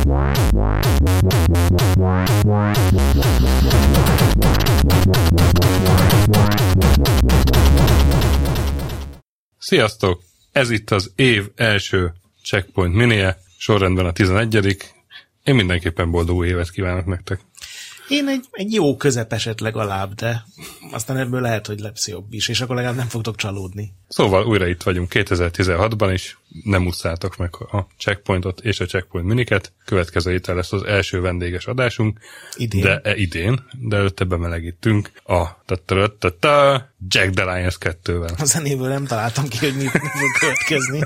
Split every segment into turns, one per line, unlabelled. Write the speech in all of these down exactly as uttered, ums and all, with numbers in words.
Sziasztok! Ez itt az év első Checkpoint minije, sorrendben a tizenegyedik Én mindenképpen boldog új évet kívánok nektek.
Én egy, egy jó közepeset legalább, de aztán ebből lehet, hogy lesz jobb is, és akkor legalább nem fogtok csalódni.
Szóval újra itt vagyunk kétezer-tizenhatban is, nem ússzátok meg a Checkpointot és a Checkpoint miniket. Következő héten lesz az első vendéges adásunk.
Idén.
De e, idén, de előtte bemelegítünk a ta-ta-ta-ta Jack the Lions kettővel.
A zenéből nem találtam ki, hogy mi, mi fog következni.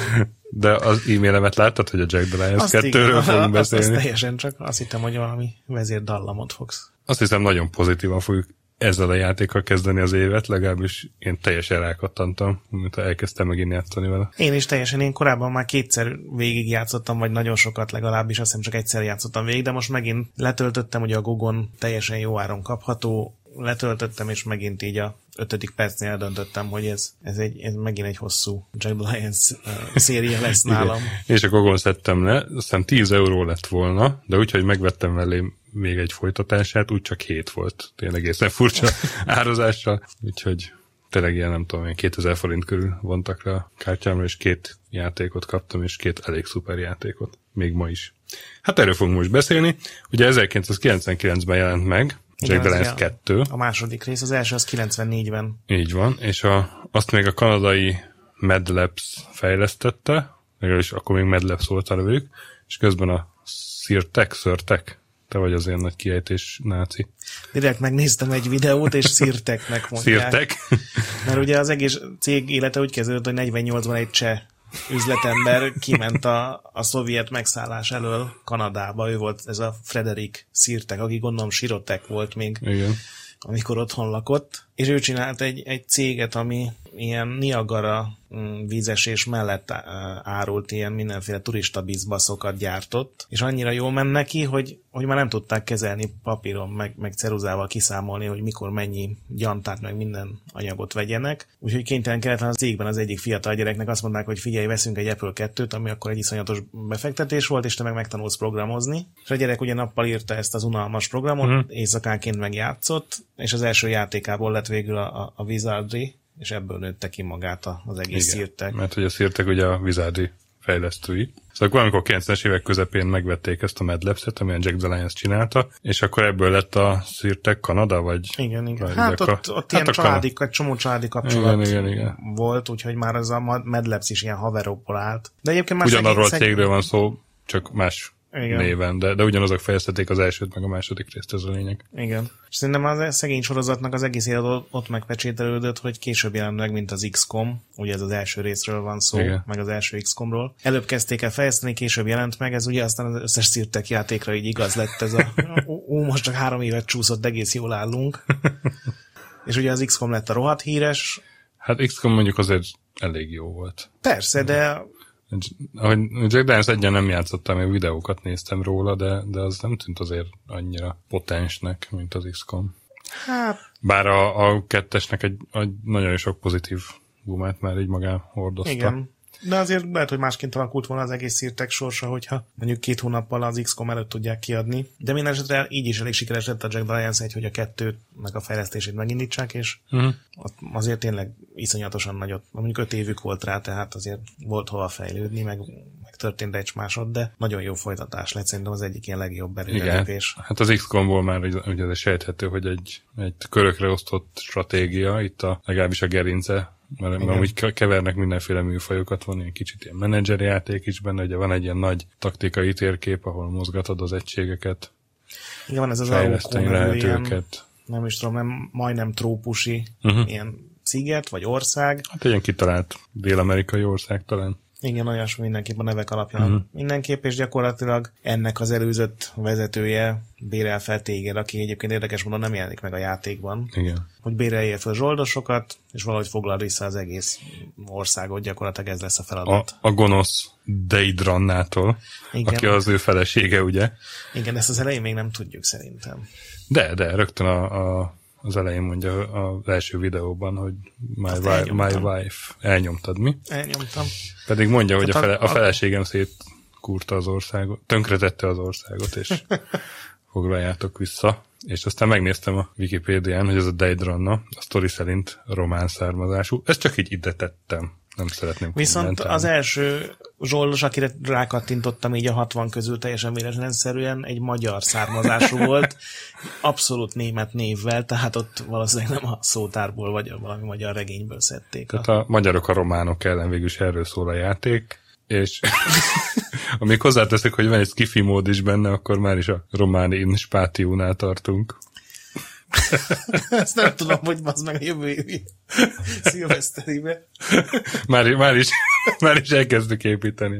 De az e-mailemet láttad, hogy a Jack the Lions kettőről fogunk beszélni?
Azt teljesen, csak azt hittem, hogy valami vezérdallamot fogsz.
Azt hiszem, nagyon pozitívan fogjuk ezzel a játékkal kezdeni az évet, legalábbis én teljesen rákattantam, mint elkezdtem megint játszani vele.
Én is teljesen, én korábban már kétszer végig játszottam, vagy nagyon sokat legalábbis, azt hiszem csak egyszer játszottam végig, de most megint letöltöttem, ugye a Gogon teljesen jó áron kapható, letöltöttem, és megint így a ötödik percnél eldöntöttem, hogy ez, ez, egy, ez megint egy hosszú Jack the Lions uh, széria lesz nálam.
És a Gogon szedtem le, aztán tíz euró lett volna, de úgyhogy megvettem vele még egy folytatását, úgy csak hét volt. Tényleg egészen furcsa árazással, úgyhogy tényleg ilyen nem tudom, kétezer forint körül vontak rá a kártyámra, és két játékot kaptam, és két elég szuper játékot. Még ma is. Hát erről fogunk most beszélni. Ugye ezerkilencszázkilencvenkilencben jelent meg Jack the Lions kettő.
A második rész, az első az kilencvennégyben.
Így van, és a, azt még a kanadai Mad Labs fejlesztette, legalábbis akkor még Mad Labs volt a nevük, és közben a Sirtek, Sirtek, te vagy az ilyen nagy kiejtés náci.
Direkt megnéztem egy videót, és Sirteknek mondják.
Sirtek?
Mert ugye az egész cég élete úgy kezdődött, hogy negyvennyolcban egy cseh üzletember kiment a, a szovjet megszállás elől Kanadába. Ő volt ez a Frederick Sirtek, aki gondolom Sirotek volt még,
igen, amikor
otthon lakott. És ő csinált egy, egy céget, ami ilyen Niagara vízesés mellett árult ilyen mindenféle turista bizbaszokat gyártott, és annyira jól ment neki, hogy, hogy már nem tudták kezelni papíron, meg, meg ceruzával kiszámolni, hogy mikor mennyi gyantát, meg minden anyagot vegyenek. Úgyhogy kénytelen kellett az cégben az egyik fiatal gyereknek azt mondták, hogy figyelj, veszünk egy Apple kettőt, ami akkor egy iszonyatos befektetés volt, és te meg megtanulsz programozni. És a gyerek ugye nappal írta ezt az unalmas programot, uh-huh. éjszakánként megjátszott, és az első játékából lett végül a, a, a Wizardry, és ebből nőtte ki magát az egész Sirtek.
Mert hogy a Sirtek ugye a Wizardry fejlesztői. Szóval valamikor kilencvenes évek közepén megvették ezt a Mad Labs-et, amilyen Jack the Lions csinálta, és akkor ebből lett a Sirtek Kanada, vagy...
Igen, igen. Hát ott, ott hát ilyen családi, egy csomó családi kapcsolat igen, igen, igen. volt, úgyhogy már az a Mad Labs is ilyen haverokból állt. De egyébként már
ugyanarról a cégről van szó, csak más
igen.
néven, de, de ugyanazok fejlesztették az elsőt, meg a második részt, ez a lényeg.
Igen. És szerintem az szegény sorozatnak az egész élet ott megpecsételődött, hogy később jelent meg, mint az iksz kom, ugye ez az első részről van szó, igen. meg az első iksz komról. Előbb kezdték el fejleszteni, később jelent meg, ez ugye aztán az összes Sirtek játékra így igaz lett ez a ó, most csak három évet csúszott, egész jól állunk. És ugye az iksz kom lett a rohadt híres.
Hát iksz kom mondjuk azért elég jó volt.
Persze, de
ahogy Jack the Lions egyen nem játszottam, én videókat néztem róla, de, de az nem tűnt azért annyira potensnek, mint az iksz kom.
Hát...
Bár a, a kettesnek egy, egy nagyon sok pozitív gumát már így magán hordozta.
Igen. De azért lehet, hogy másként alakult volna az egész Sirtek sorsa, hogyha mondjuk két hónappal az iksz kom előtt tudják kiadni. De minden esetre így is elég sikeres lett a Jack the Lions egy, hogy a kettőt meg a fejlesztését megindítsák, és uh-huh. azért tényleg iszonyatosan nagyot, mondjuk öt évük volt rá, tehát azért volt hova fejlődni, meg, meg történt egy másod, de nagyon jó folytatás lett, szerintem az egyik ilyen legjobb előrelépés.
Hát az iksz komból már ugye ez sejthető, hogy egy, egy körökre osztott stratégia, itt a, legalábbis a gerince, mert igen. amúgy kevernek mindenféle műfajokat, van ilyen kicsit ilyen menedzseri játék is benne, ugye van egy ilyen nagy taktikai térkép, ahol mozgatod az egységeket.
Igen, van ez az
fejleszteni lehet
ilyen,
őket.
Nem is tudom, nem, majdnem trópusi uh-huh. ilyen sziget, vagy ország.
Hát egy ilyen kitalált dél-amerikai ország talán.
Igen, olyasmi mindenképp a nevek alapján. Uh-huh. Mindenképp, és gyakorlatilag ennek az előzött vezetője bérel fel téged, aki egyébként érdekes módon nem jelenik meg a játékban.
Igen.
Hogy béreljél fel zsoldosokat, és valahogy foglal vissza az egész országot, gyakorlatilag ez lesz a feladat.
A, a gonosz Deidrannától, igen. aki az ő felesége, ugye?
Igen, ezt az elején még nem tudjuk szerintem.
De, de, rögtön a, a, az elején mondja az első videóban, hogy my, wife, my wife. Elnyomtad, mi?
Elnyomtam.
Pedig mondja, hogy a, fele, a feleségem szét kúrta az országot, tönkretette az országot, és foglaljátok vissza. És aztán megnéztem a Wikipédián, hogy ez a Deidranna, a sztori szerint román származású. Ezt csak így ide tettem. Nem szeretném
Viszont
kommentálni.
az első zsoldos, akire rákattintottam így a hatvan közül teljesen véletlenszerűen, egy magyar származású volt, abszolút német névvel, tehát ott valószínűleg nem a szótárból, vagy valami magyar regényből szedték.
Tehát a, a magyarok a románok ellen végül is erről szól a játék, és amíg hozzáteszek, hogy van egy skifi mód is benne, akkor már is a románi inspátiónál tartunk.
Ezt nem tudom, hogy bazd meg a jövő évi szilveszteribe.
már, már, is, már is elkezdük építeni.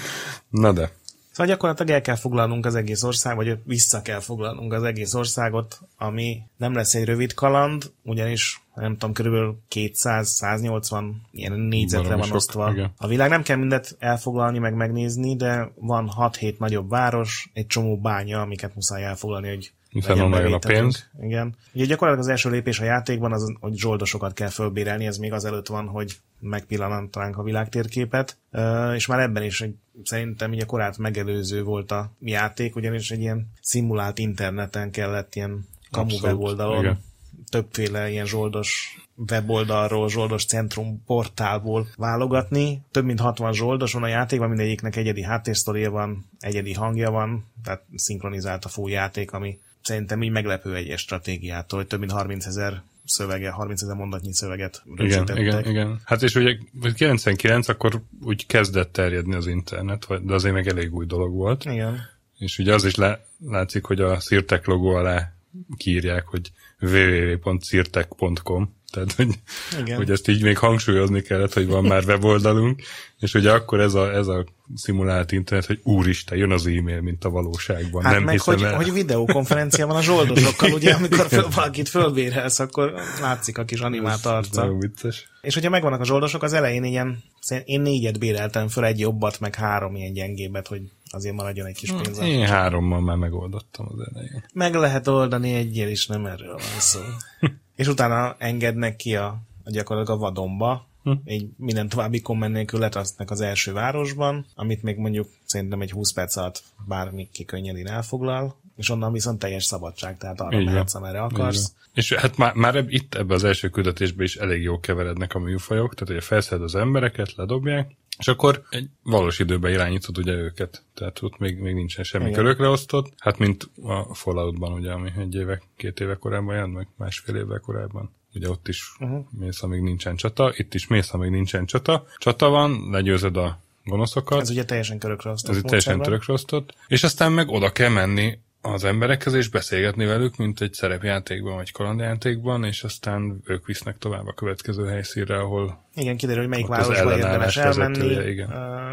Na de.
Szóval gyakorlatilag el kell foglalnunk az egész ország, vagy vissza kell foglalnunk az egész országot, ami nem lesz egy rövid kaland, ugyanis nem tudom, körülbelül kétszáz-száznyolcvan ilyen négyzetre van osztva. Igen. A világ nem kell mindet elfoglalni, meg megnézni, de van hat-hét nagyobb város, egy csomó bánya, amiket muszáj elfoglalni, hogy
hiszen onnan a pénz.
Igen. Ugye gyakorlatilag az első lépés a játékban az, hogy zsoldosokat kell fölbérelni, ez még azelőtt van, hogy megpillantánk a világtérképet, uh, és már ebben is egy, szerintem így a korát megelőző volt a játék, ugyanis egy ilyen szimulált interneten kellett ilyen kamu weboldalon, igen. Többféle ilyen zsoldos weboldalról, zsoldos centrum portálból válogatni. Több mint hatvan zsoldos van a játékban, mindegyiknek egyedi háttérsztoria van, egyedi hangja van, tehát szinkronizált a full játék, ami szerintem így meglepő egyes stratégiától, hogy több mint harmincezer szövege, harmincezer mondatnyi szöveget rögzítettek.
Igen, igen, igen. Hát és ugye kilencvenkilenc akkor úgy kezdett terjedni az internet, de azért meg elég új dolog volt.
Igen.
És ugye az is le, látszik, hogy a Sirtek logó alá kiírják, hogy double-u double-u double-u pont sirtek pont com, tehát hogy, hogy ezt így még hangsúlyozni kellett, hogy van már weboldalunk, és ugye akkor ez a, ez a szimulált internet, hogy úristen, jön az e-mail, mint a valóságban.
Hát
nem
meg, hogy,
el...
hogy videókonferencia van a zsoldosokkal, ugye, amikor föl, valakit fölbérelsz, akkor látszik a kis animált arca.
Nagyon vicces.
És hogyha megvannak a zsoldosok, az elején ilyen, én négyet béreltem föl, egy jobbat, meg három ilyen gyengébet, hogy azért maradjon egy kis pénz.
Én hárommal már megoldottam az elején.
Meg lehet oldani egyel is, nem erről van szó. És utána engednek ki a, a gyakorlatilag a vadonba, hm. Így minden további komment nélkül letasztnak az első városban, amit még mondjuk szerintem egy húsz perc alatt bármi kikönnyedén elfoglal, és onnan viszont teljes szabadság, tehát arra mehetsz, amerre akarsz.
És hát már, már itt ebbe az első küldetésben is elég jól keverednek a műfajok, tehát ugye felszed az embereket, ledobják, és akkor egy valós időben irányítod ugye őket. Tehát ott még, még nincsen semmi igen. körökre osztott. Hát mint a Falloutban ugye, ami egy éve, két éve korábban jelent meg, másfél évvel korábban. Ugye ott is uh-huh. mész, amíg nincsen csata, itt is mész, amíg nincsen csata. Csata van, legyőzöd a gonoszokat.
Ez ugye teljesen körökre osztott.
Ez ugye teljesen körökre osztott. És aztán meg oda kell menni az emberekhez, és beszélgetni velük, mint egy szerepjátékban, vagy kalandjátékban, és aztán ők visznek tovább a következő helyszínre, ahol...
Igen, kiderül, hogy melyik városba érdemes elmenni,
igen.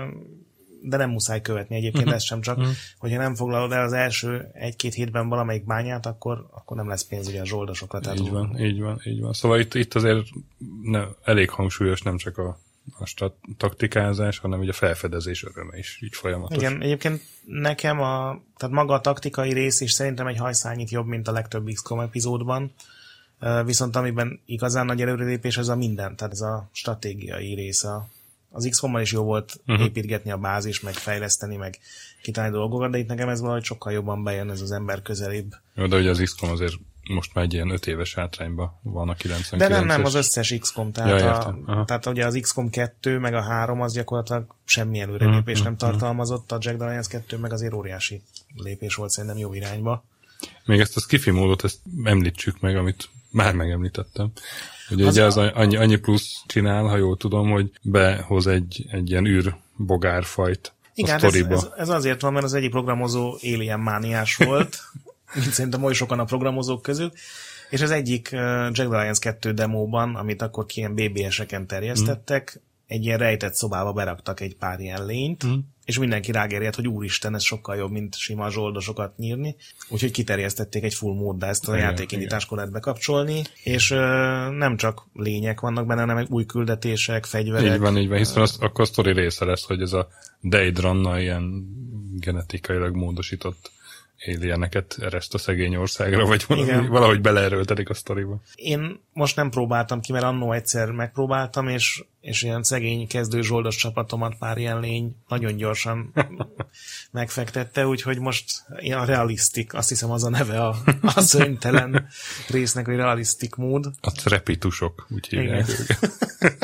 De nem muszáj követni egyébként, uh-huh. ez sem csak, uh-huh. hogyha nem foglalod el az első egy-két hétben valamelyik bányát, akkor, akkor nem lesz pénz ugye a zsoldosokra. Tehát
így van, így van, így van. Szóval itt, itt azért ne, elég hangsúlyos nem csak a a stat- taktikázás, hanem ugye a felfedezés öröme is így folyamatos.
Igen, egyébként nekem a, tehát maga a taktikai rész is szerintem egy hajszányit jobb, mint a legtöbb iksz kom epizódban, viszont amiben igazán nagy előrelépés ez a minden, tehát ez a stratégiai része. Az iksz komban is jó volt uh-huh. építgetni a bázis, meg fejleszteni, meg kitalálni dolgokat, de itt nekem ez valahogy sokkal jobban bejön, ez az ember közelébb.
Jó, de ugye az iksz kom azért most már egy ilyen öt éves hátrányban van a kilencvenkilences.
De nem, nem, az összes iksz kom. Tehát, ja, a, tehát ugye az iksz kom kettő, meg a három az gyakorlatilag semmi előrelépés mm, nem mm, tartalmazott, a Jack the Lions kettő meg azért óriási lépés volt szerintem jó irányba.
Még ezt a skifi módot, ezt említsük meg, amit már megemlítettem. Ugye az ugye az a... annyi, annyi plusz csinál, ha jól tudom, hogy behoz egy, egy ilyen űr bogárfajt
igen,
a sztoriba.
Ez, ez, ez azért van, mert az egyik programozó alien mániás volt, mint szerintem oly sokan a programozók közül, és az egyik uh, Jack the Lions kettő demóban, amit akkor ki ilyen bé bé eseken terjesztettek, mm. egy ilyen rejtett szobába beraktak egy pár ilyen lényt, mm. és mindenki rágerjedt, hogy úristen, ez sokkal jobb, mint sima zsoldosokat nyírni, úgyhogy kiterjesztették egy full móddá ezt a játékindításkor lehet bekapcsolni, és uh, nem csak lények vannak benne, hanem új küldetések, fegyverek.
Így van, így van, hiszen az, akkor a sztori része lesz, hogy ez a Deidranna ilyen genetikailag módosított alieneket ereszt a szegény országra, vagy valami, valahogy beleerőltetik a sztoriba.
Én most nem próbáltam ki, mert annó egyszer megpróbáltam, és, és ilyen szegény kezdő zsoldos csapatomat pár ilyen lény nagyon gyorsan megfektette, úgyhogy most a realisztik, azt hiszem az a neve a, a szönytelen résznek, hogy realisztik mód.
A trepitusok, úgy hívják őket.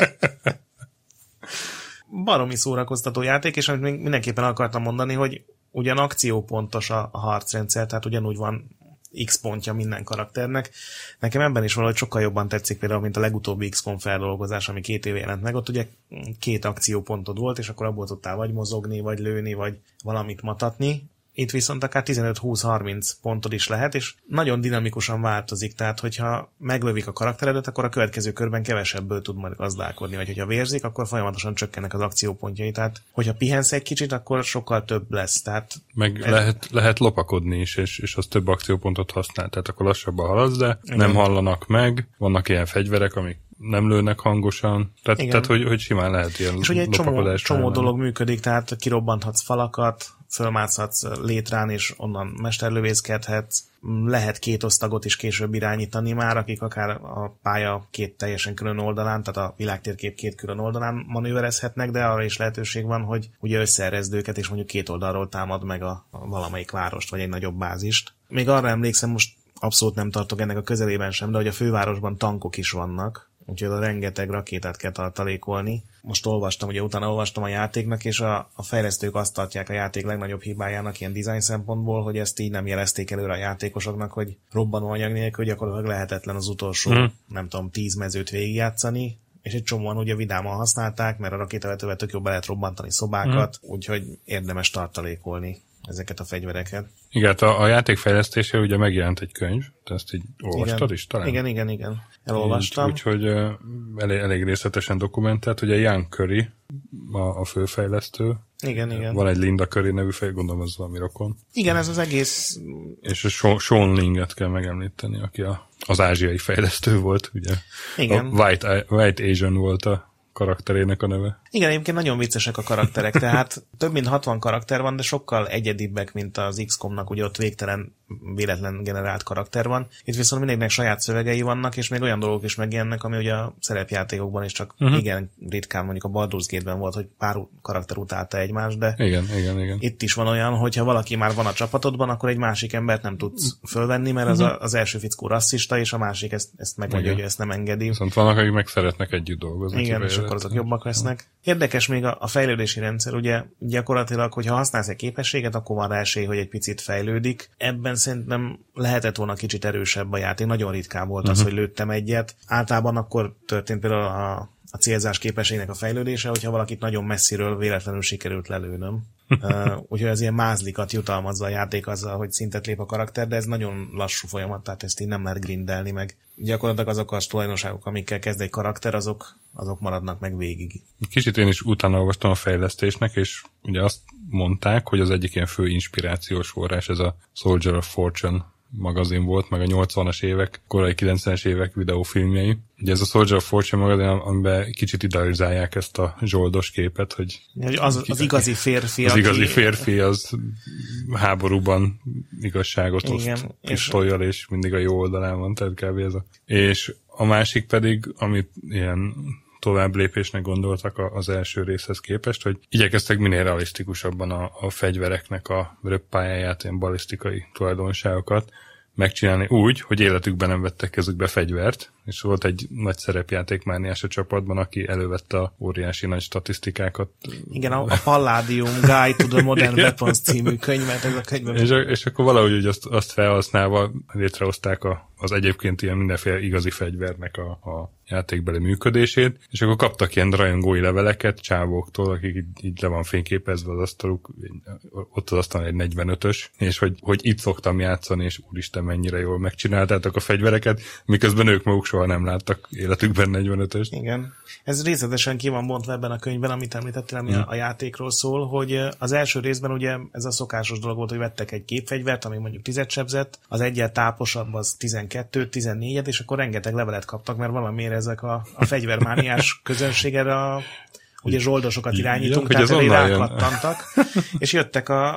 Baromi szórakoztató játék, és amit még mindenképpen akartam mondani, hogy ugyan akciópontos a, a harcrendszer, tehát ugyanúgy van X pontja minden karakternek. Nekem ebben is valahogy sokkal jobban tetszik például, mint a legutóbbi iksz kom feldolgozás, ami két éve jelent meg. Ott ugye két akciópontod volt, és akkor abból tudtál vagy mozogni, vagy lőni, vagy valamit matatni. Itt viszont akár tizenöt-húsz-harminc pontod is lehet, és nagyon dinamikusan változik, tehát hogyha meglövik a karakteredet, akkor a következő körben kevesebből tud majd gazdálkodni, vagy hogyha vérzik, akkor folyamatosan csökkennek az akciópontjai, tehát hogyha pihensz egy kicsit, akkor sokkal több lesz. Tehát
meg ez... lehet, lehet lopakodni is, és, és az több akciópontot használ, tehát akkor lassabban haladsz, de igen. Nem hallanak meg, vannak ilyen fegyverek, amik nem lőnek hangosan, tehát, tehát hogy, hogy simán lehet ilyen
és ugye egy csomó, csomó dolog működik, tehát kirobbanthatsz falakat, fölmászhatsz létrán, és onnan mesterlövészkedhetsz. Lehet két osztagot is később irányítani már, akik akár a pálya két teljesen külön oldalán, tehát a világtérkép két külön oldalán manőverezhetnek, de arra is lehetőség van, hogy ugye összeerezd őket, és mondjuk két oldalról támad meg a, a valamelyik várost, vagy egy nagyobb bázist. Még arra emlékszem, most abszolút nem tartok ennek a közelében sem, de hogy a fővárosban tankok is vannak, úgyhogy a rengeteg rakétát kell tartalékolni. Most olvastam, ugye utána olvastam a játéknak, és a, a fejlesztők azt tartják a játék legnagyobb hibájának ilyen design szempontból, hogy ezt így nem jelezték előre a játékosoknak, hogy robbanóanyag nélkül gyakorlatilag lehetetlen az utolsó, mm. nem tudom, tíz mezőt végigjátszani, és egy csomóan ugye vidáman használták, mert a rakétavetővel tök jobb be lehet robbantani szobákat, mm. úgyhogy érdemes tartalékolni ezeket a fegyvereket.
Igen, a, a játék fejlesztése ugye megjelent egy könyv, te ezt így olvastad
igen.
is talán?
Igen, igen, igen. Elolvastam.
Úgyhogy uh, elég, elég részletesen dokumentált, ugye Ian Curry a, a főfejlesztő.
Igen, igen.
Van egy Linda Curry nevű fej, gondolom ez valami rokon.
Igen, ez az egész...
És a Sean Linget kell megemlíteni, aki a, az ázsiai fejlesztő volt, ugye?
Igen.
A White, White Asian volt a karakterének a neve.
Igen, egyébként nagyon viccesek a karakterek, tehát több mint hatvan karakter van, de sokkal egyedibbek, mint az iksz komnak, ugye ott végtelen véletlen generált karakter van. Itt viszont mindenkinek saját szövegei vannak, és még olyan dolgok is megjelennek, ami ugye a szerepjátékokban is csak uh-huh. igen ritkán, mondjuk a Baldur's Gate-ben volt, hogy pár karakter utálta egymást, de
igen, igen, igen.
Itt is van olyan, hogyha valaki már van a csapatodban, akkor egy másik embert nem tudsz fölvenni, mert az, a, az első fickó rasszista, és a másik ezt, ezt megmondja, hogy ezt nem engedi.
Viszont vannak, akik meg szeretnek együtt dolgozni.
Igen, és akkor azok jobbak lesznek. Érdekes még a, a fejlődési rendszer, ugye gyakorlatilag, hogyha használsz egy képességet, akkor van rá esély, hogy egy picit fejlődik. Ebben szerintem lehetett volna kicsit erősebb a játék. Nagyon ritkán volt uh-huh. az, hogy lőttem egyet. Általában akkor történt például a, a célzás képességnek a fejlődése, hogyha valakit nagyon messziről véletlenül sikerült lelőnöm. uh, úgyhogy ez ilyen mázlikat jutalmazza a játék azzal, hogy szintet lép a karakter, de ez nagyon lassú folyamat, tehát ezt így nem lehet grindelni meg. Gyakorlatilag azok a tulajdonságok, amikkel kezd egy karakter, azok, azok maradnak meg végig.
Kicsit én is utána olvastam a fejlesztésnek, és ugye azt mondták, hogy az egyik ilyen fő inspirációs forrás ez a Soldier of Fortune magazin volt, meg a nyolcvanas évek, korai kilencvenes évek videófilmjei. Ugye ez a Soldier of Fortune magazin, amiben kicsit idealizálják ezt a zsoldos képet, hogy...
Az, az igazi férfi,
Az
aki...
igazi férfi, az háborúban igazságot oszt pisztollyal, és mindig a jó oldalán van, tehát kb. Ez a... És a másik pedig, amit ilyen tovább lépésnek gondoltak az első részhez képest, hogy igyekeztek minél realisztikusabban a, a fegyvereknek a röppályáját, ilyen balisztikai tulajdonságokat megcsinálni úgy, hogy életükben nem vettek kezükbe fegyvert, és volt egy nagy szerepjátékmániás a csapatban, aki elővette a óriási nagy statisztikákat.
Igen, a, a Palladium Guide to the Modern Weapons című könyvet, ez a könyvben.
És, és akkor valahogy úgy azt, azt felhasználva létrehozták a, az egyébként ilyen mindenféle igazi fegyvernek a, a játékbeli működését, és akkor kaptak ilyen rajongói leveleket csávóktól, akik így, így le van fényképezve az asztaluk, ott az asztalon egy negyvenötös, és hogy, hogy itt szoktam játszani, és úristen, mennyire jól megcsináltátok a fegyvereket, miközben ők maguk soha nem láttak életükben negyvenötöst.
Igen. Ez részletesen ki van bontva ebben a könyvben, amit említettél, ami hmm. a játékról szól, hogy az első részben ugye ez a szokásos dolog volt, hogy vettek egy gépfegyvert, ami mondjuk tízet sebzett, az egyel táposabb az tizenkettőt, tizennégyet, és akkor rengeteg levelet kaptak, mert valamiért ezek a, a fegyvermániás közönség erre a ugye zsoldosokat irányítunk, ja, tehát elég rákattantak, és jöttek a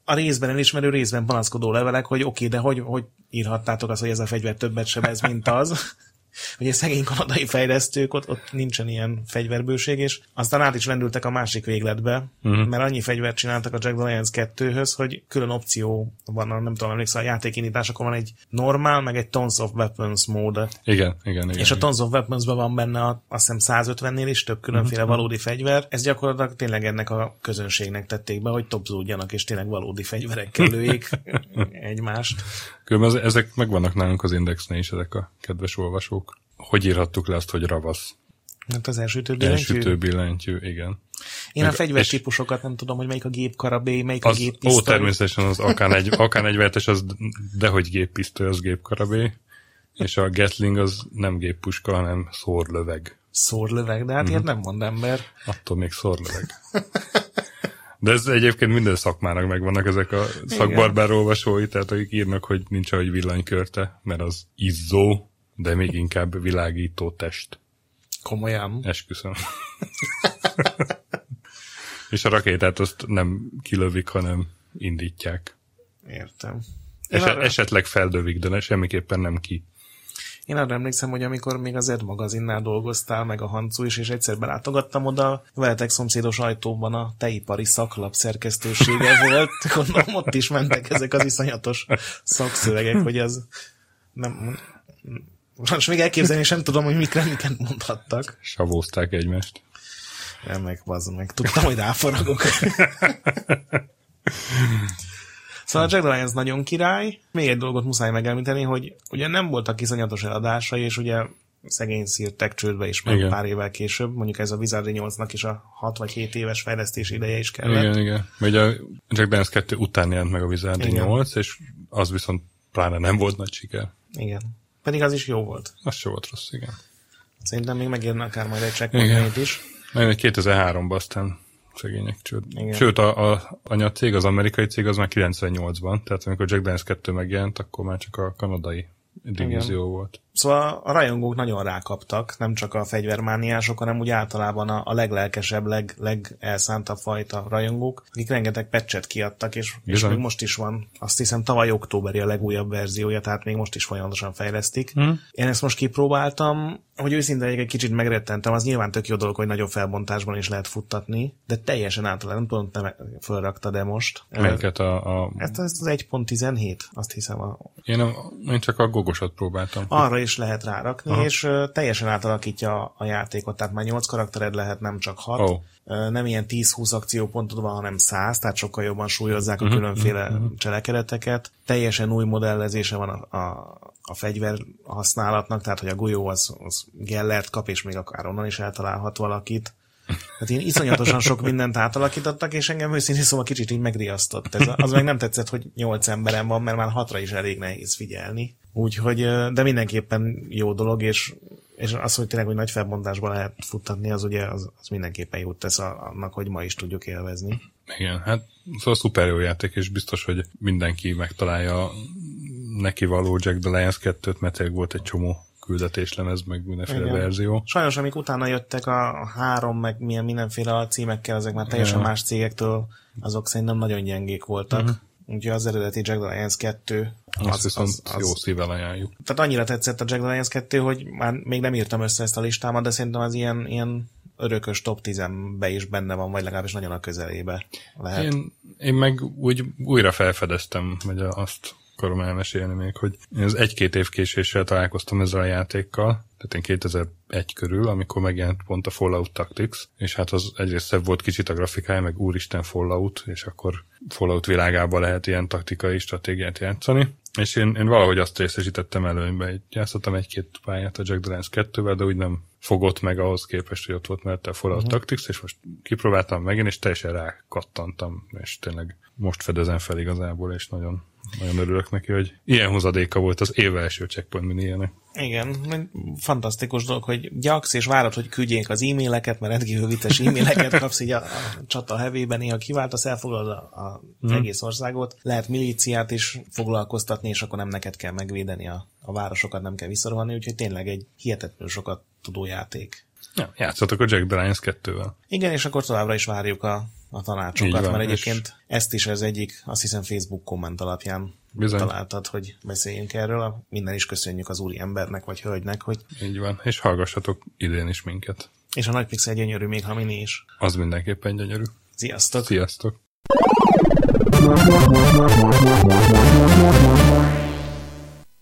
a részben elismerő, részben panaszkodó levelek, hogy oké, okay, de hogy, hogy írhattátok azt, hogy ez a fegyver többet sebez, mint az. Ugye szegény kanadai fejlesztők, ott, ott nincsen ilyen fegyverbőség, és aztán át is lendültek a másik végletbe, uh-huh. mert annyi fegyvert csináltak a Jagged Alliance kettőhöz, hogy külön opció van, nem tudom, emlékszel, a játékindításokon van egy normál, meg egy Tons of Weapons mód.
Igen, igen, igen.
És
igen.
a Tons of Weaponsban van benne a, azt hiszem száz ötvennél is több különféle uh-huh. valódi fegyver. Ez gyakorlatilag tényleg ennek a közönségnek tették be, hogy topzódjanak, és tényleg valódi fegyverekkel lőjék egymást.
Különben ezek megvannak nálunk az Indexnél is, ezek a kedves olvasók. Hogy írhattuk le azt, hogy ravasz?
Hát az elsütő billentyű?
Elsütő billentyű, igen.
Én meg a fegyvertípusokat nem tudom, hogy melyik a gépkarabé, melyik az, a géppisztoly.
Ó, természetesen az á ká negyvenhetes, az dehogy géppisztoly, az gépkarabé, és a Gatling az nem géppuska, hanem szórlöveg.
Szórlöveg, de hát mm-hmm. ilyet nem mond ember.
Attól még szórlöveg. De ez egyébként minden szakmának megvannak ezek a szakbarbár olvasói, tehát akik írnak, hogy nincs ahogy villanykörte, mert az izzó, de még inkább világító test.
Komolyan?
Esküszöm. És a rakétát azt nem kilövik, hanem indítják.
Értem.
Es- arra... Esetleg feldövik, de semmiképpen nem ki.
Én arra emlékszem, hogy amikor még az Ed magazinnál dolgoztál, meg a Hancu is, és egyszer belátogattam oda, veletek szomszédos ajtóban a teipari szaklap szerkesztősége volt. Gondolom, ott is mentek ezek az iszonyatos szakszövegek, hogy az nem... Most még elképzelni, és nem tudom, hogy mikre miket mondhattak.
Savózták egymást.
Nem, meg bazd meg. Tudtam, hogy ráfaragok. Szóval a Jagged Alliance nagyon király. Még egy dolgot muszáj megemlíteni, hogy ugye nem voltak iszonyatos eladásai, és ugye szegény szírtek csődbe is meg pár évvel később. Mondjuk ez a Wizardry nyolcnak is a hat vagy hét éves fejlesztés ideje is kellett.
Igen, igen. Vagy a Jagged Alliance kettő után jelent meg a Wizardry nyolc, és az viszont pláne nem volt nagy siker.
Igen. Pedig az is jó volt.
Az se volt rossz, igen.
Szerintem még megírna akár majd egy checkpoint is.
Nagyon kétezer-háromban aztán szegények csőd. Sőt, a, a anyacég, az amerikai cég az már kilencvennyolcban, tehát amikor Jagged Alliance kettő megjelent, akkor már csak a kanadai divízió igen. volt.
Szóval a rajongók nagyon rákaptak, nem csak a fegyvermániások, hanem úgy általában a, a leglelkesebb, leg, legelszántabb fajta rajongók, akik rengeteg patchet kiadtak, és, és még most is van, azt hiszem tavaly októberi a legújabb verziója, tehát még most is folyamatosan fejlesztik. Hmm. Én ezt most kipróbáltam, hogy őszintén egy kicsit megrettentem, az nyilván tök jó dolog, hogy nagyobb felbontásban is lehet futtatni, de teljesen általában, nem tudom, te fölrakta, de most.
Melyiket a... a...
Ez az egy pont tizenhét, azt hiszem. A...
Én, a, én csak a gogosat próbáltam.
Arra is lehet rárakni, aha. és uh, teljesen átalakítja a játékot, tehát már nyolc karaktered lehet, nem csak hat. Oh. Uh, nem ilyen tíz-húsz akciópontod van, hanem száz, tehát sokkal jobban súlyozzák uh-huh, a különféle uh-huh. cselekedeteket. Teljesen új modellezése van a, a, a fegyver használatnak, tehát hogy a golyó az, az gellert kap, és még akár onnan is eltalálhat valakit. Tehát ilyen iszonyatosan sok mindent átalakítottak, és engem őszintén szóval kicsit így megriasztott. Ez, az meg nem tetszett, hogy nyolc emberem van, mert már hatra is elég nehéz figyelni. Úgyhogy, de mindenképpen jó dolog, és, és az, hogy tényleg, hogy nagy felbontásban lehet futtatni, az ugye az, az mindenképpen jót tesz annak, hogy ma is tudjuk élvezni.
Igen, hát szóval szuper jó játék, és biztos, hogy mindenki megtalálja neki való Jagged Alliance kettőt, mert tényleg volt egy csomó küldetéslemez, meg mindenféle igen. verzió.
Sajnos, amik utána jöttek a három, meg milyen mindenféle címekkel, ezek már teljesen ja. más cégektől, azok szerintem nagyon gyengék voltak. Uh-huh. Úgyhogy az eredeti Jagged Alliance kettő
az, azt viszont az, az, jó szívvel ajánljuk.
Tehát annyira tetszett a Jagged Alliance kettő, hogy már még nem írtam össze ezt a listámat, de szerintem az ilyen, ilyen örökös top tízbe is benne van, vagy legalábbis nagyon a közelébe lehet. Én,
én meg úgy újra felfedeztem, vagy azt akarom elmesélni még, hogy én az egy-két év késéssel találkoztam ezzel a játékkal, tehát én kétezer-egy körül, amikor megjelent pont a Fallout Tactics, és hát az egyrészt szebb volt kicsit a grafikája, meg úristen Fallout, és akkor Fallout világában lehet ilyen taktikai stratégiát játszani, és én, én valahogy azt részesítettem előnybe, így játszottam egy-két pályát a Jagged Alliance kettővel, de úgy nem fogott meg ahhoz képest, hogy ott volt mellette a Fallout uh-huh. Tactics, és most kipróbáltam megint, és teljesen rákattantam, és tényleg most fedezem fel igazából, és nagyon nagyon örülök neki, hogy ilyen hozadéka volt az év első checkpoint mini ilyenek.
Igen, fantasztikus dolog, hogy gyaksz és várod, hogy küldjék az e-maileket, mert rendkívül vicces e-maileket kapsz így a, a csata hevében, néha kiváltasz, elfoglalod az hmm. egész országot, lehet milíciát is foglalkoztatni, és akkor nem neked kell megvédeni a, a városokat, nem kell visszarohanni, úgyhogy tényleg egy hihetetlenül sokat tudó játék.
Ja, játszatok a Jagged Alliance kettővel.
Igen, és akkor továbbra is várjuk a a tanácsokat, van, mert egyébként ezt is az egyik, azt hiszem Facebook komment alapján bizony találtad, hogy beszéljünk erről. Minden is köszönjük az úri embernek, vagy hölgynek, hogy...
Így van, és hallgassatok idén is minket.
És a nagy pixel gyönyörű, még ha mini is.
Az mindenképpen gyönyörű.
Sziasztok!
Sziasztok!